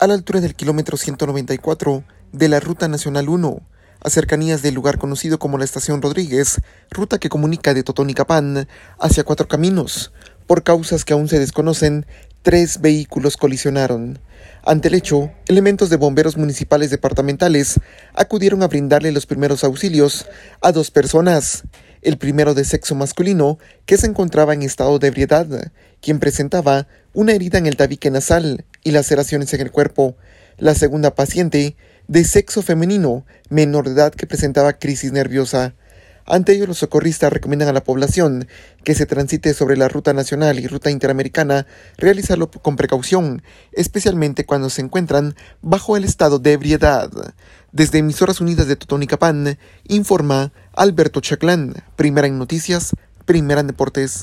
a la altura del kilómetro 194 de la Ruta Nacional 1, a cercanías del lugar conocido como la Estación Rodríguez, ruta que comunica de Totonicapán hacia Cuatro Caminos. Por causas que aún se desconocen, 3 vehículos colisionaron. Ante el hecho, elementos de bomberos municipales departamentales acudieron a brindarle los primeros auxilios a 2 personas. El primero de sexo masculino, que se encontraba en estado de ebriedad, quien presentaba una herida en el tabique nasal y laceraciones en el cuerpo. La segunda paciente, de sexo femenino, menor de edad, que presentaba crisis nerviosa. Ante ello, los socorristas recomiendan a la población que se transite sobre la ruta nacional y ruta interamericana realizarlo con precaución, especialmente cuando se encuentran bajo el estado de ebriedad. Desde Emisoras Unidas de Totonicapán, informa Alberto Chaclán, primera en noticias, primera en deportes.